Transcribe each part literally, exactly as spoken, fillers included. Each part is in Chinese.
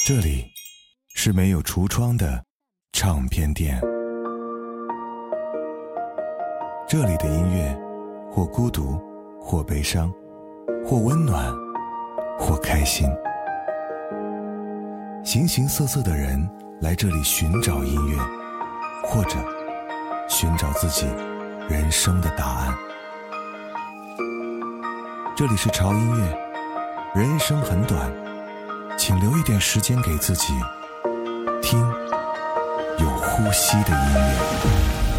这里是没有橱窗的唱片店，这里的音乐或孤独，或悲伤，或温暖，或开心。形形色色的人来这里寻找音乐，或者寻找自己人生的答案。这里是潮音乐，人生很短，请留一点时间给自己，听有呼吸的音乐。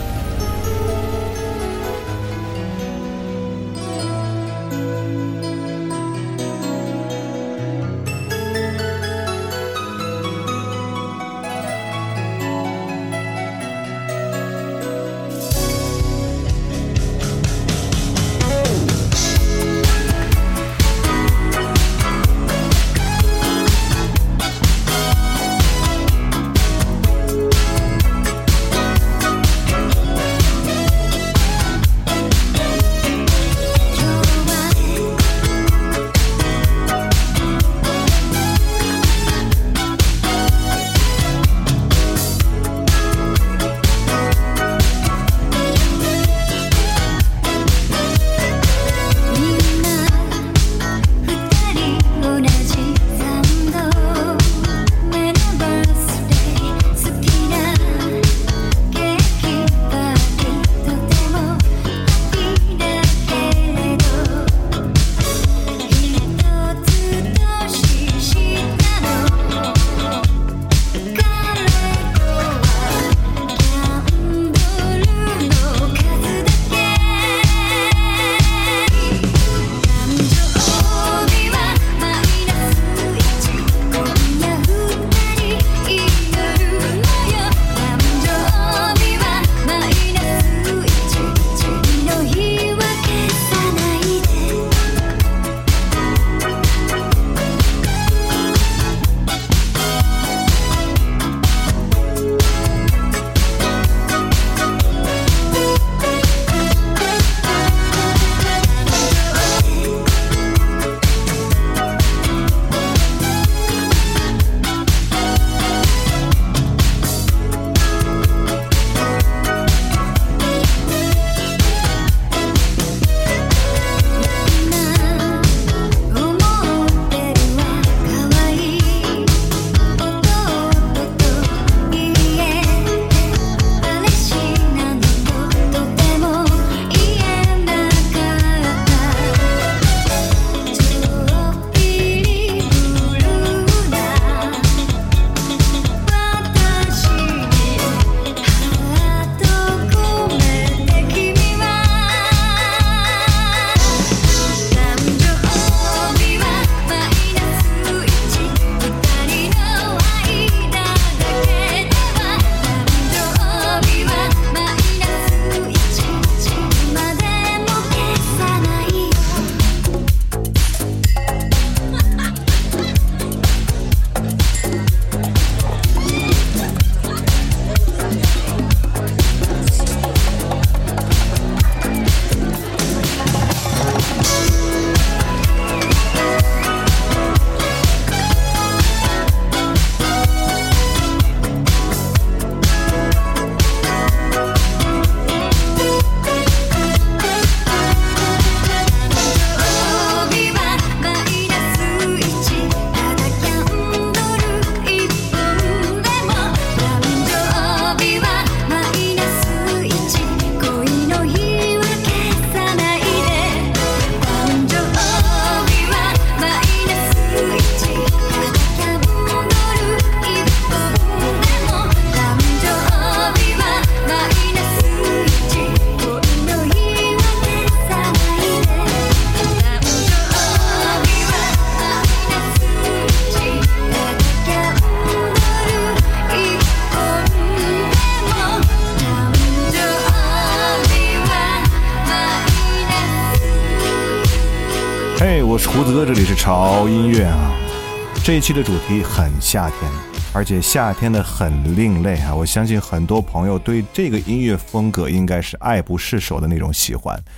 嘿、hey, 我是胡子哥，这里是潮音乐啊。这一期的主题很夏天，而且夏天的很另类啊。我相信很多朋友对这个音乐风格应该是爱不释手的那种喜欢。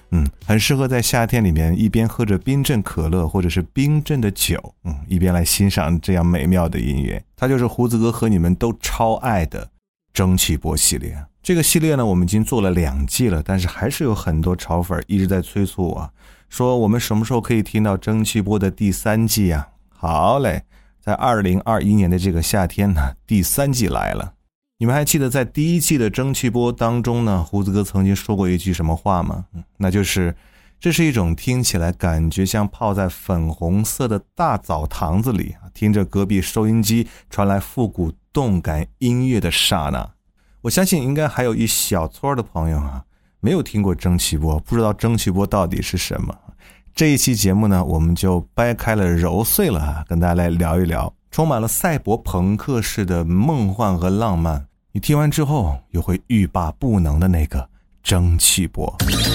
嗯，很适合在夏天里面一边喝着冰镇可乐或者是冰镇的酒，嗯，一边来欣赏这样美妙的音乐。它就是胡子哥和你们都超爱的蒸汽波系列。这个系列呢，我们已经做了两季了，但是还是有很多潮粉一直在催促我，说我们什么时候可以听到蒸汽波的第三季啊？好嘞，在二零二一年的这个夏天呢，第三季来了。你们还记得在第一季的蒸汽波当中呢，胡子哥曾经说过一句什么话吗？那就是这是一种听起来感觉像泡在粉红色的大澡堂子里，听着隔壁收音机传来复古动感音乐的刹那。我相信应该还有一小撮的朋友啊，没有听过蒸汽波，不知道蒸汽波到底是什么。这一期节目呢，我们就掰开了揉碎了，跟大家来聊一聊充满了赛博朋克式的梦幻和浪漫，你听完之后又会欲罢不能的那个蒸汽波。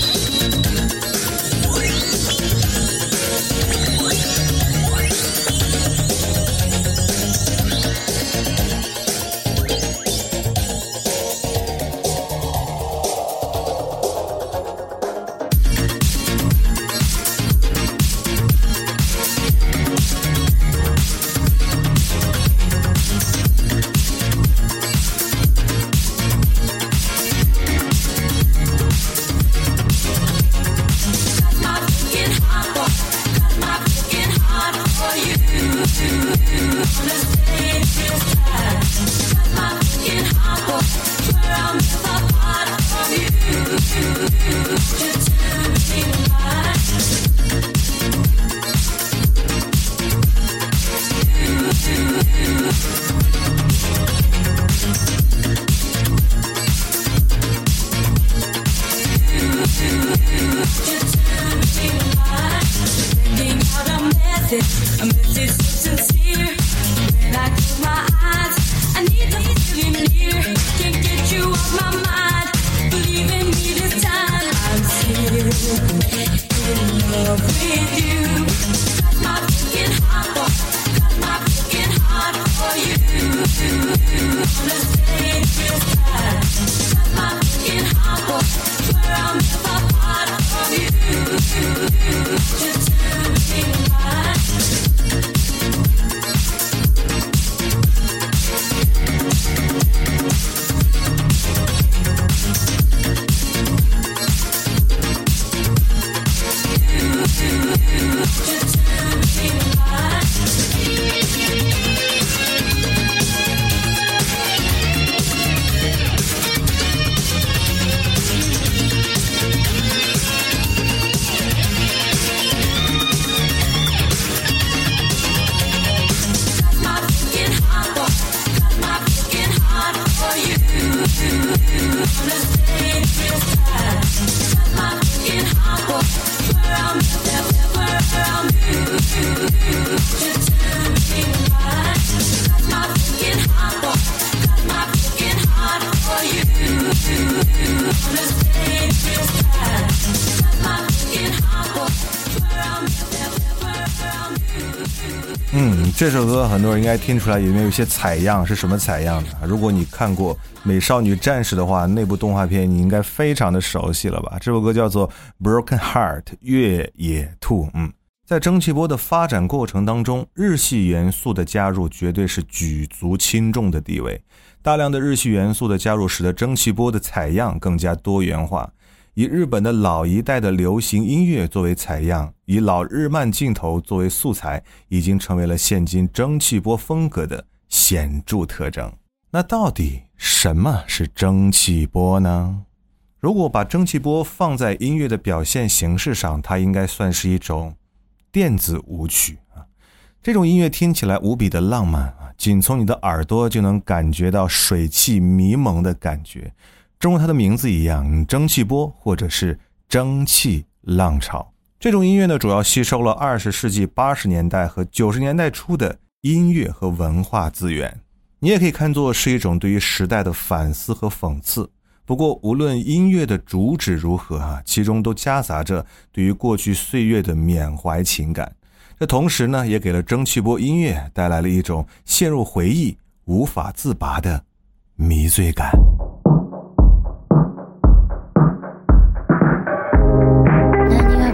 嗯，这首歌很多人应该听出来里面有一些采样，是什么采样呢？如果你看过美少女战士的话，那部动画片你应该非常的熟悉了吧。这首歌叫做 Broken Heart 越野兔。嗯，在蒸汽波的发展过程当中，日系元素的加入绝对是举足轻重的地位。大量的日系元素的加入使得蒸汽波的采样更加多元化，以日本的老一代的流行音乐作为采样，以老日漫镜头作为素材，已经成为了现今蒸汽波风格的显著特征。那到底什么是蒸汽波呢？如果把蒸汽波放在音乐的表现形式上，它应该算是一种电子舞曲啊。这种音乐听起来无比的浪漫啊，仅从你的耳朵就能感觉到水汽迷蒙的感觉。正如它的名字一样，蒸汽波或者是蒸汽浪潮。这种音乐呢，主要吸收了二十世纪八十年代和九十年代初的音乐和文化资源。你也可以看作是一种对于时代的反思和讽刺。不过无论音乐的主旨如何啊，其中都夹杂着对于过去岁月的缅怀情感。这同时呢，也给了蒸汽波音乐带来了一种陷入回忆无法自拔的迷醉感。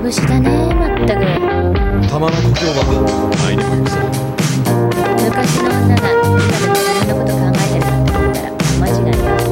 節だねまったく。 玉の故郷は会いにくいさ。 昔の女が今でも自分のこと考えてるなんて思ったら間違いよ。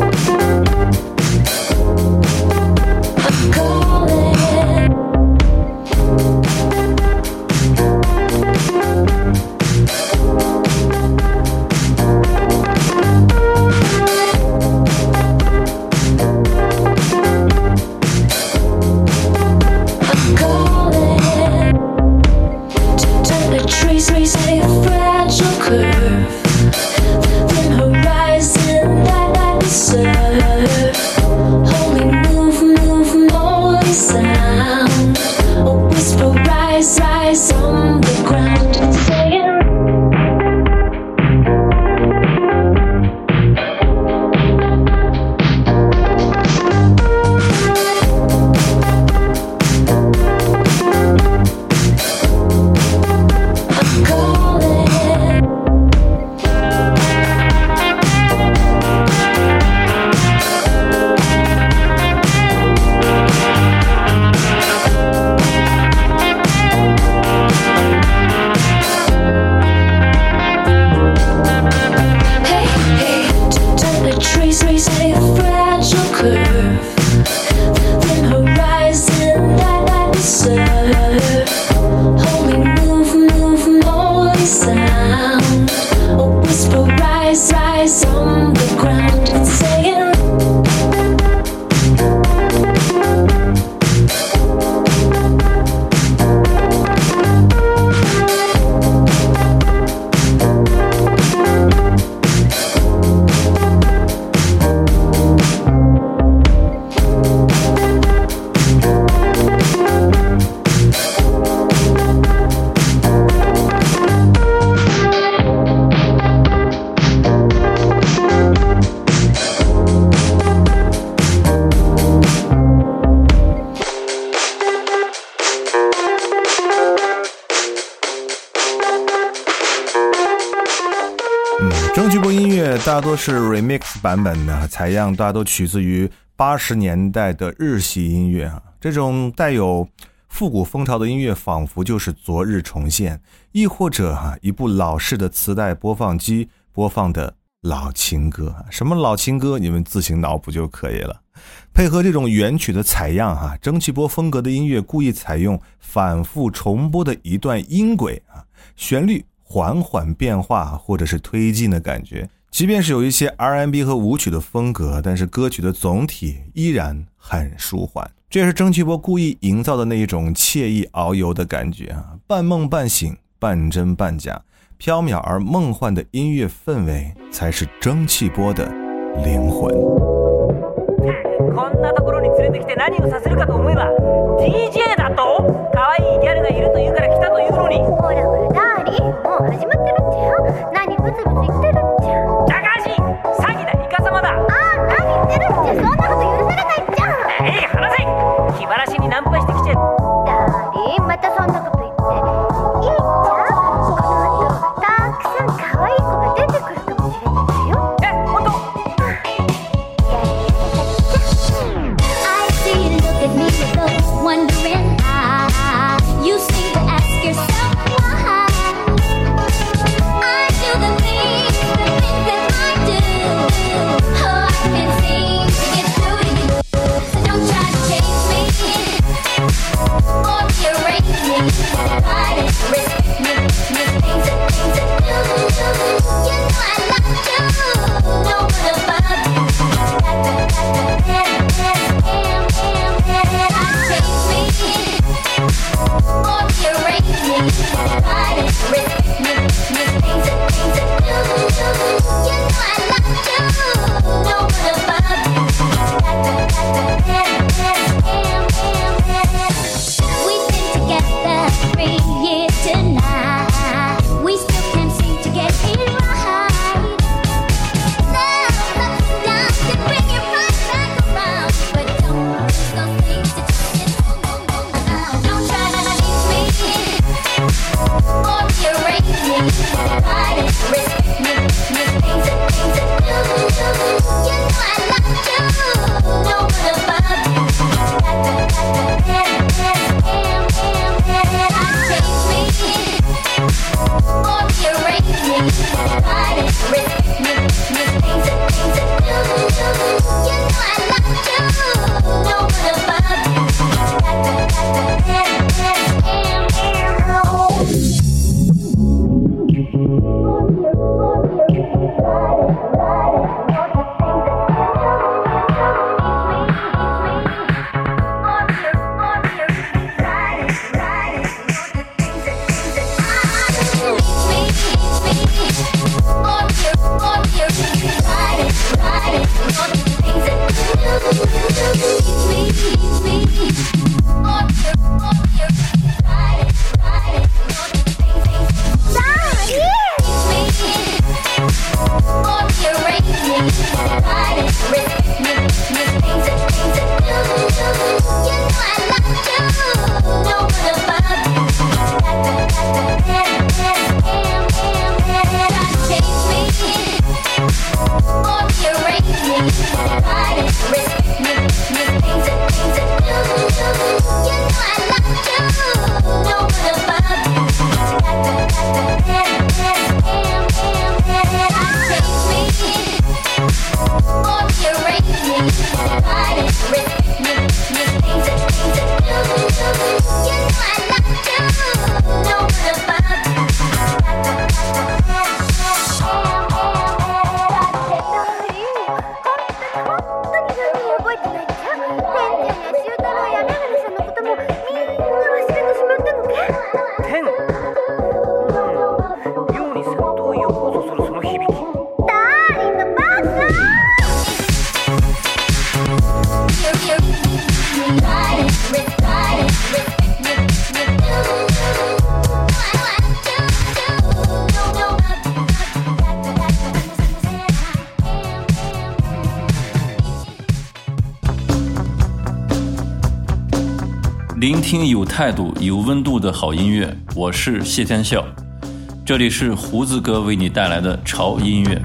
争气波音乐大多是 remix 版本的，采样大都取自于八十年代的日系音乐啊。这种带有复古风潮的音乐仿佛就是昨日重现，亦或者啊一部老式的磁带播放机播放的老情歌。什么老情歌你们自行脑补就可以了。配合这种原曲的采样啊，蒸汽波风格的音乐故意采用反复重播的一段音轨啊，旋律缓缓变化或者是推进的感觉，即便是有一些 R and B 和舞曲的风格，但是歌曲的总体依然很舒缓。这也是蒸汽波故意营造的那一种惬意遨游的感觉啊，半梦半醒，半真半假，飘渺而梦幻的音乐氛围才是蒸汽波的灵魂。 こんなところに連れてきて何をさせるかと思えば ディージェー だと可愛いギャルがいるというから来たというのに。 ほらほらダーリン、もう始まってるっちゃ。何ブツブツ言ってるっちゃ。 高橋詐欺だイカ様だ。 ああ何言ってるっちゃ。そんなこと許されないっちゃ。 えい話せ。気晴らしにナンパしてきちゃう。 ダーリンまたそんなこと言っていいっちゃ。この後たくさん可愛い子が出てくるかもしれないよ。 え本当。 Wondering how you seem to ask yourself why I do the things, the things that I do. Oh, I can't seem to get through to you. So don't try to chase me or rearrange me. Try to risk me, me things and things that do. You know I love you, no one above you. Got the, got the, and, and, and, and, and I chase me or rearrange me. Try to risk me, me things and things that do. You know I love you, no one above you. Got the, got the, and, and, and, and, and. We've been together three years tonight. We still can't seem to get it right. Love, love, love can bring it right back around. But don't do those things that you did. Don't try to leave me or rearrange me. Try to risk me, me things and things that do. You know I love you, no one above you. Got the, got the, and, and, and. 聆听有态度、有温度的好音乐，我是谢天笑，这里是胡子哥为你带来的潮音乐。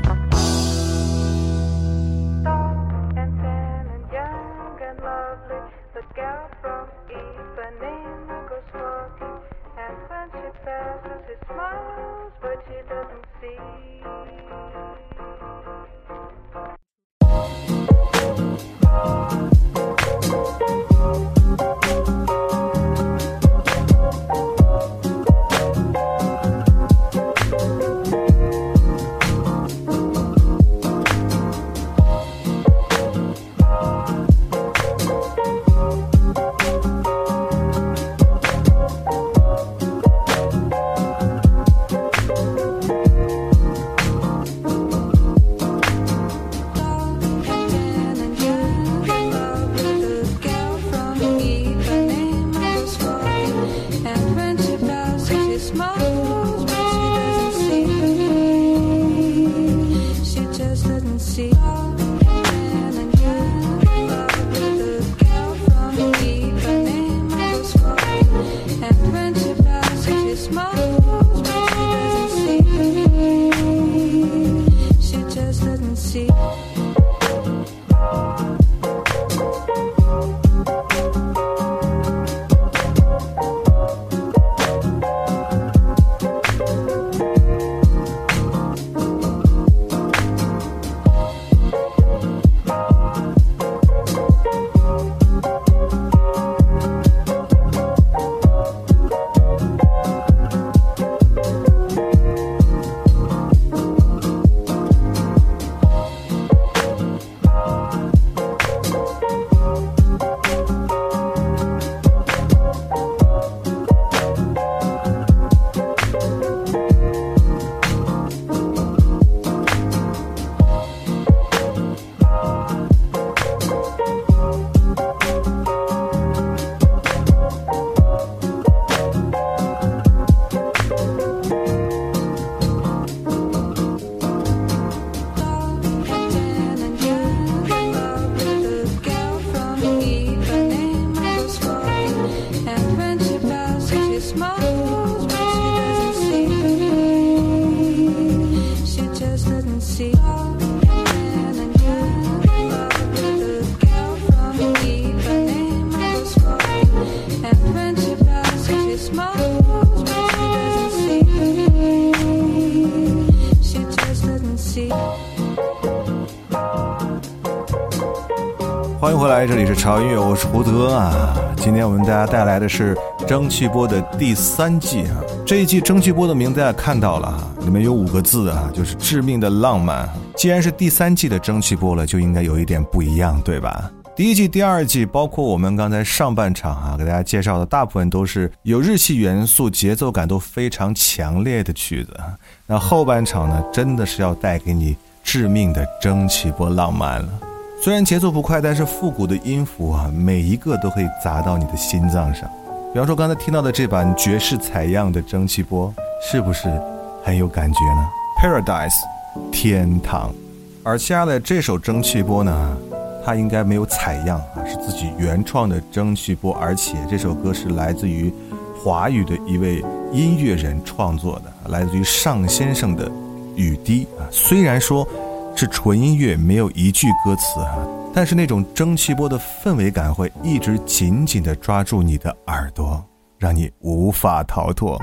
欢迎回来，这里是潮音乐，我是胡子哥啊。今天我们大家带来的是蒸汽波的第三季啊。这一季蒸汽波的名字大家看到了啊，里面有五个字啊，就是致命的浪漫。既然是第三季的蒸汽波了，就应该有一点不一样，对吧？第一季、第二季，包括我们刚才上半场啊，给大家介绍的大部分都是有日系元素、节奏感都非常强烈的曲子。那后半场呢，真的是要带给你致命的蒸汽波浪漫了。虽然节奏不快，但是复古的音符啊，每一个都可以砸到你的心脏上。比方说刚才听到的这版爵士采样的蒸汽波，是不是很有感觉呢？ Paradise 天堂。而接下来这首蒸汽波呢，它应该没有采样啊，是自己原创的蒸汽波，而且这首歌是来自于华语的一位音乐人创作的，来自于尚先生的雨滴啊。虽然说是纯音乐，没有一句歌词啊，但是那种蒸汽波的氛围感会一直紧紧地抓住你的耳朵，让你无法逃脱。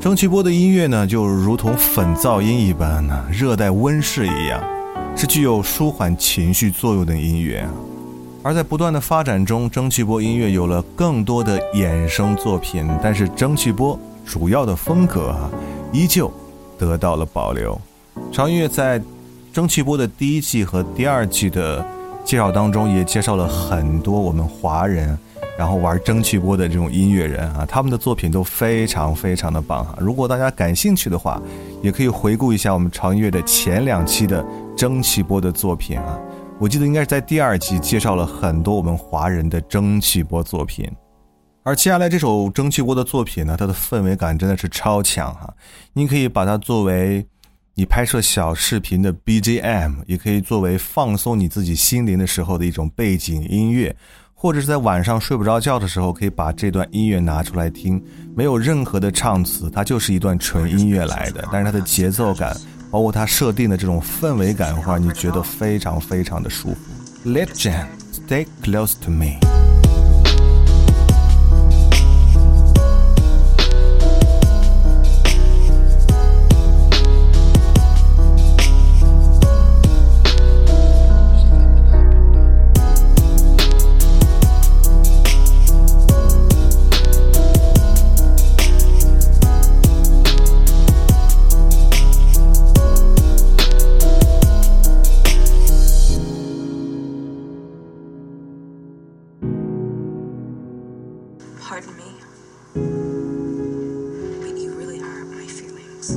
蒸汽波的音乐呢，就如同粉噪音一般呢，热带温室一样，是具有舒缓情绪作用的音乐。而在不断的发展中，蒸汽波音乐有了更多的衍生作品，但是蒸汽波主要的风格啊，依旧得到了保留。潮音乐在蒸汽波的第一季和第二季的介绍当中，也介绍了很多我们华人然后玩蒸汽波的这种音乐人啊，他们的作品都非常非常的棒啊！如果大家感兴趣的话，也可以回顾一下我们潮音乐的前两期的蒸汽波的作品啊。我记得应该是在第二集介绍了很多我们华人的蒸汽波作品。而接下来这首蒸汽波的作品呢，它的氛围感真的是超强哈、啊！你可以把它作为你拍摄小视频的 B G M， 也可以作为放松你自己心灵的时候的一种背景音乐，或者是在晚上睡不着觉的时候，可以把这段音乐拿出来听，没有任何的唱词，它就是一段纯音乐来的，但是它的节奏感，包括它设定的这种氛围感的话，你觉得非常非常的舒服。 Let Jan Stay Close to Me。 Pardon me, but you really hurt my feelings.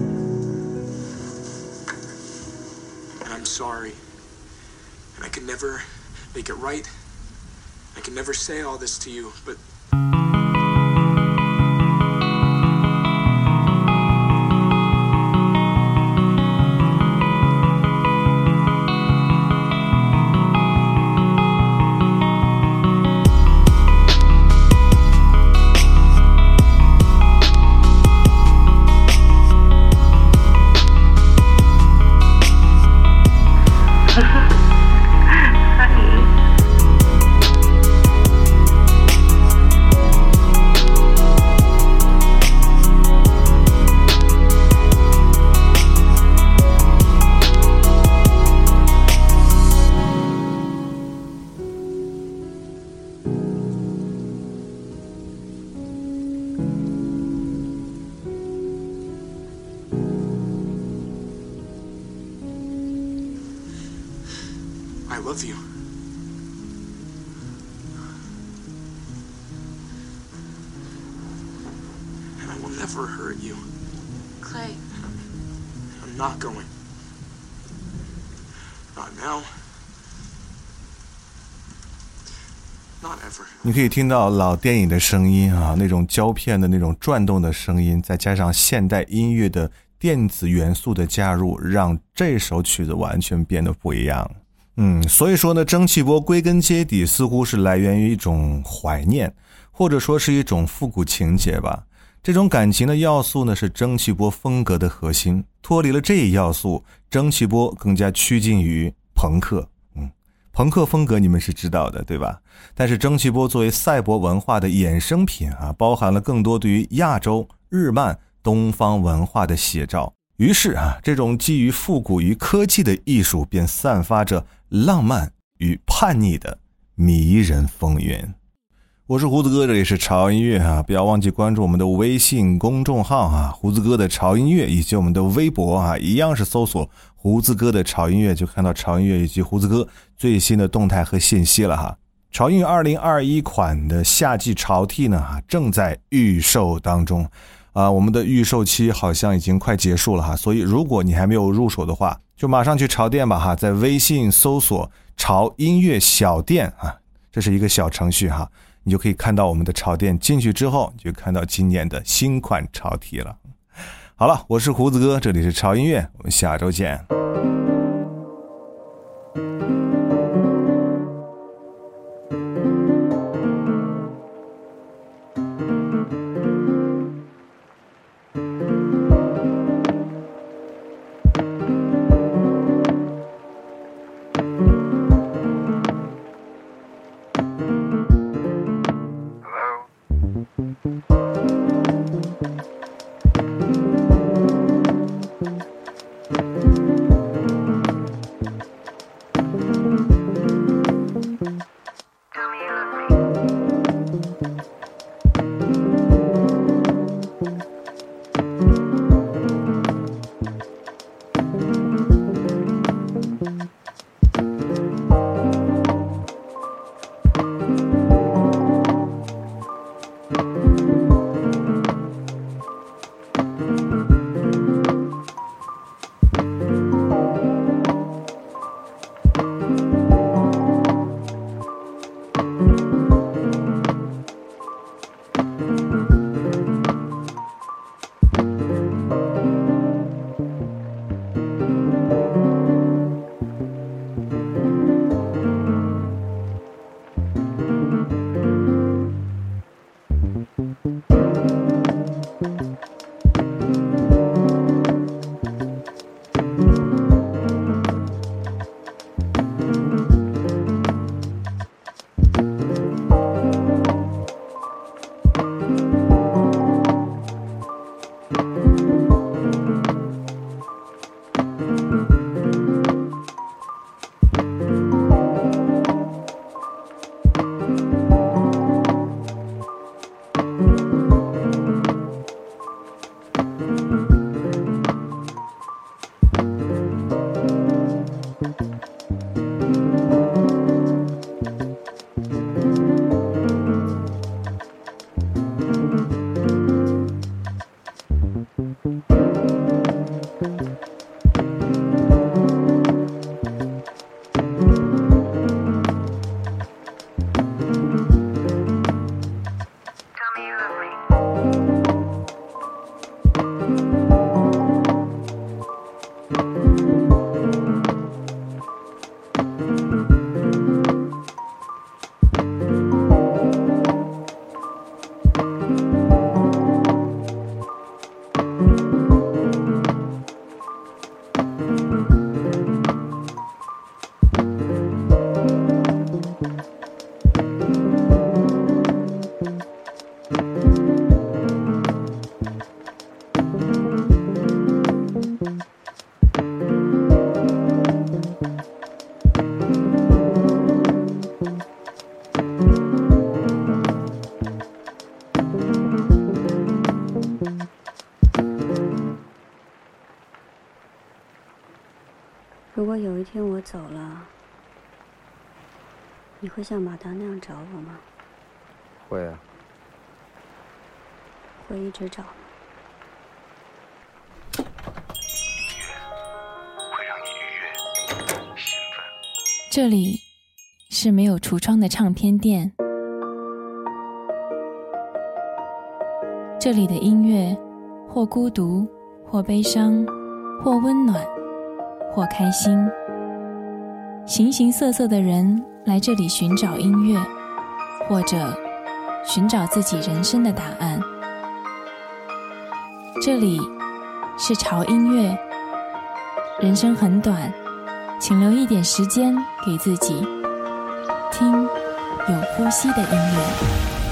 And I'm sorry. And I could never make it right. I could never say all this to you, but... I love you. And I will never hurt you. Clay. I'm not going. Not now. Not ever. 你可以听到老电影的声音啊，那种胶片的那种转动的声音，再加上现代音乐的电子元素的加入，让这首曲子完全变得不一样。嗯，所以说呢，蒸汽波归根结底似乎是来源于一种怀念，或者说是一种复古情节吧。这种感情的要素呢，是蒸汽波风格的核心。脱离了这一要素，蒸汽波更加趋近于朋克。嗯，朋克风格你们是知道的，对吧？但是蒸汽波作为赛博文化的衍生品啊，包含了更多对于亚洲、日漫、东方文化的写照。于是啊，这种基于复古与科技的艺术便散发着浪漫与叛逆的迷人风云。我是胡子哥，这里是潮音乐啊，不要忘记关注我们的微信公众号啊，胡子哥的潮音乐，以及我们的微博啊，一样是搜索胡子哥的潮音乐，就看到潮音乐以及胡子哥最新的动态和信息了哈。潮音乐二零二一款的夏季潮 T 呢，正在预售当中。啊，我们的预售期好像已经快结束了哈，所以如果你还没有入手的话，就马上去潮店吧哈，在微信搜索潮音乐小店啊，这是一个小程序哈，你就可以看到我们的潮店，进去之后你就看到今年的新款潮 T 了。好了，我是胡子哥，这里是潮音乐，我们下周见。 Hello? 如果有一天我走了，你会像马达那样找我吗？ 会啊。 会一直找吗？ 会让你愉悦、兴奋。 这里是没有橱窗的唱片店，这里的音乐或孤独，或悲伤，或温暖，或开心。形形色色的人来这里寻找音乐，或者寻找自己人生的答案。这里是潮音乐，人生很短，请留一点时间给自己，听有呼吸的音乐。